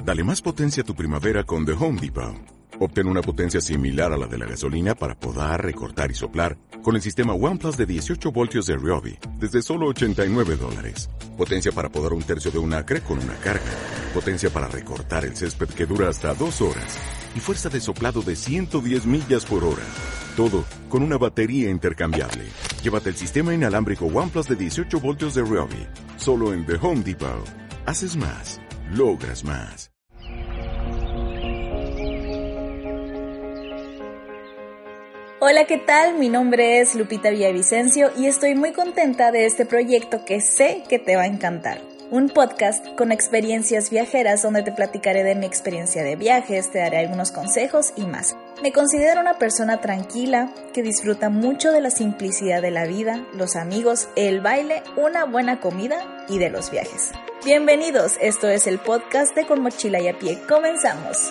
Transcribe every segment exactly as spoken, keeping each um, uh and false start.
Dale más potencia a tu primavera con The Home Depot. Obtén una potencia similar a la de la gasolina para podar, recortar y soplar con el sistema OnePlus de dieciocho voltios de Ryobi desde solo ochenta y nueve dólares. Potencia para podar un tercio de un acre con una carga. Potencia para recortar el césped que dura hasta dos horas. Y fuerza de soplado de ciento diez millas por hora. Todo con una batería intercambiable. Llévate el sistema inalámbrico OnePlus de dieciocho voltios de Ryobi. Solo en The Home Depot. Haces más. Logras más. Hola, ¿qué tal? Mi nombre es Lupita Villavicencio y estoy muy contenta de este proyecto que sé que te va a encantar. Un podcast con experiencias viajeras donde te platicaré de mi experiencia de viajes, te daré algunos consejos y más. Me considero una persona tranquila que disfruta mucho de la simplicidad de la vida, los amigos, el baile, una buena comida y de los viajes. Bienvenidos, esto es el podcast de Con Mochila y a Pie. Comenzamos.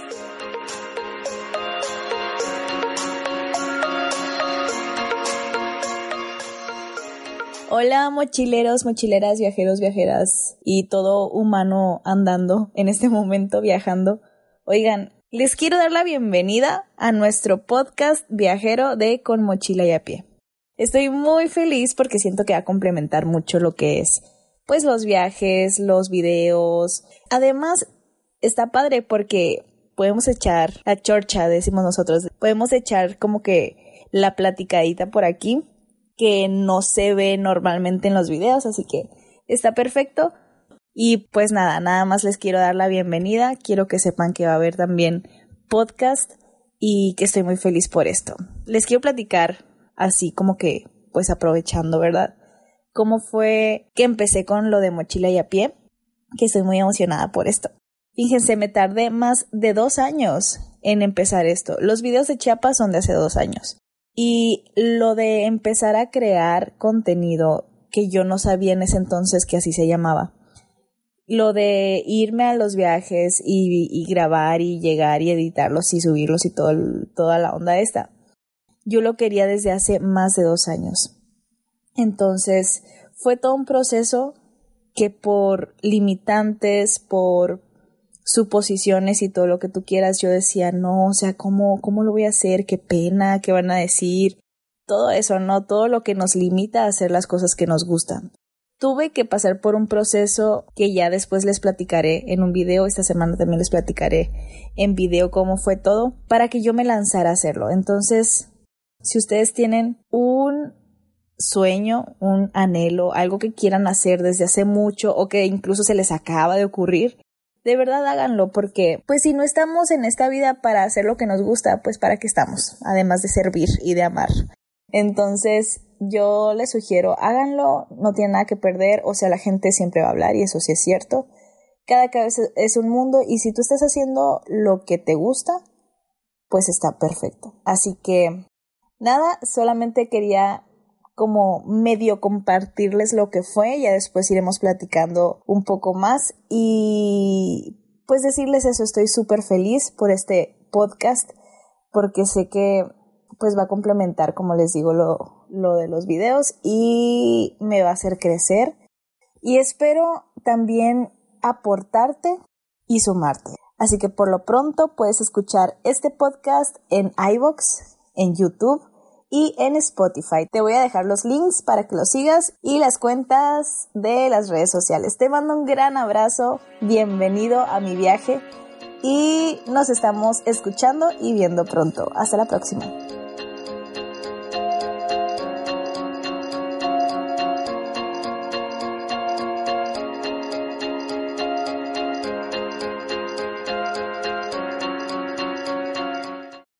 Hola mochileros, mochileras, viajeros, viajeras y todo humano andando en este momento viajando. Oigan, les quiero dar la bienvenida a nuestro podcast viajero de Con Mochila y a Pie. Estoy muy feliz porque siento que va a complementar mucho lo que es, pues, los viajes, los videos. Además, está padre porque podemos echar la chorcha, decimos nosotros. Podemos echar como que la platicadita por aquí, que no se ve normalmente en los videos, así que está perfecto. Y pues nada, nada más les quiero dar la bienvenida. Quiero que sepan que va a haber también podcast y que estoy muy feliz por esto. Les quiero platicar así como que, pues aprovechando, ¿verdad? Cómo fue que empecé con lo de Mochila y a Pie, que estoy muy emocionada por esto. Fíjense, me tardé más de dos años en empezar esto. Los videos de Chiapas son de hace dos años. Y lo de empezar a crear contenido que yo no sabía en ese entonces que así se llamaba. Lo de irme a los viajes y, y grabar y llegar y editarlos y subirlos y todo el, toda la onda esta. Yo lo quería desde hace más de dos años. Entonces fue todo un proceso que por limitantes, por suposiciones y todo lo que tú quieras, yo decía, no, o sea, ¿cómo, cómo lo voy a hacer? Qué pena, ¿qué van a decir? Todo eso, ¿no? Todo lo que nos limita a hacer las cosas que nos gustan. Tuve que pasar por un proceso que ya después les platicaré en un video, esta semana también les platicaré en video cómo fue todo, para que yo me lanzara a hacerlo. Entonces, si ustedes tienen un sueño, un anhelo, algo que quieran hacer desde hace mucho o que incluso se les acaba de ocurrir, de verdad háganlo, porque pues si no estamos en esta vida para hacer lo que nos gusta, pues ¿para qué estamos? Además de servir y de amar. Entonces yo les sugiero, háganlo, no tienen nada que perder, o sea, la gente siempre va a hablar y eso sí es cierto. Cada cabeza es un mundo y si tú estás haciendo lo que te gusta, pues está perfecto. Así que nada, solamente quería como medio compartirles lo que fue, ya después iremos platicando un poco más y pues decirles eso, estoy súper feliz por este podcast porque sé que pues va a complementar, como les digo, lo, lo de los videos y me va a hacer crecer y espero también aportarte y sumarte. Así que por lo pronto puedes escuchar este podcast en iVoox, en YouTube y en Spotify. Te voy a dejar los links para que los sigas y las cuentas de las redes sociales. Te mando un gran abrazo, bienvenido a mi viaje y nos estamos escuchando y viendo pronto. Hasta la próxima.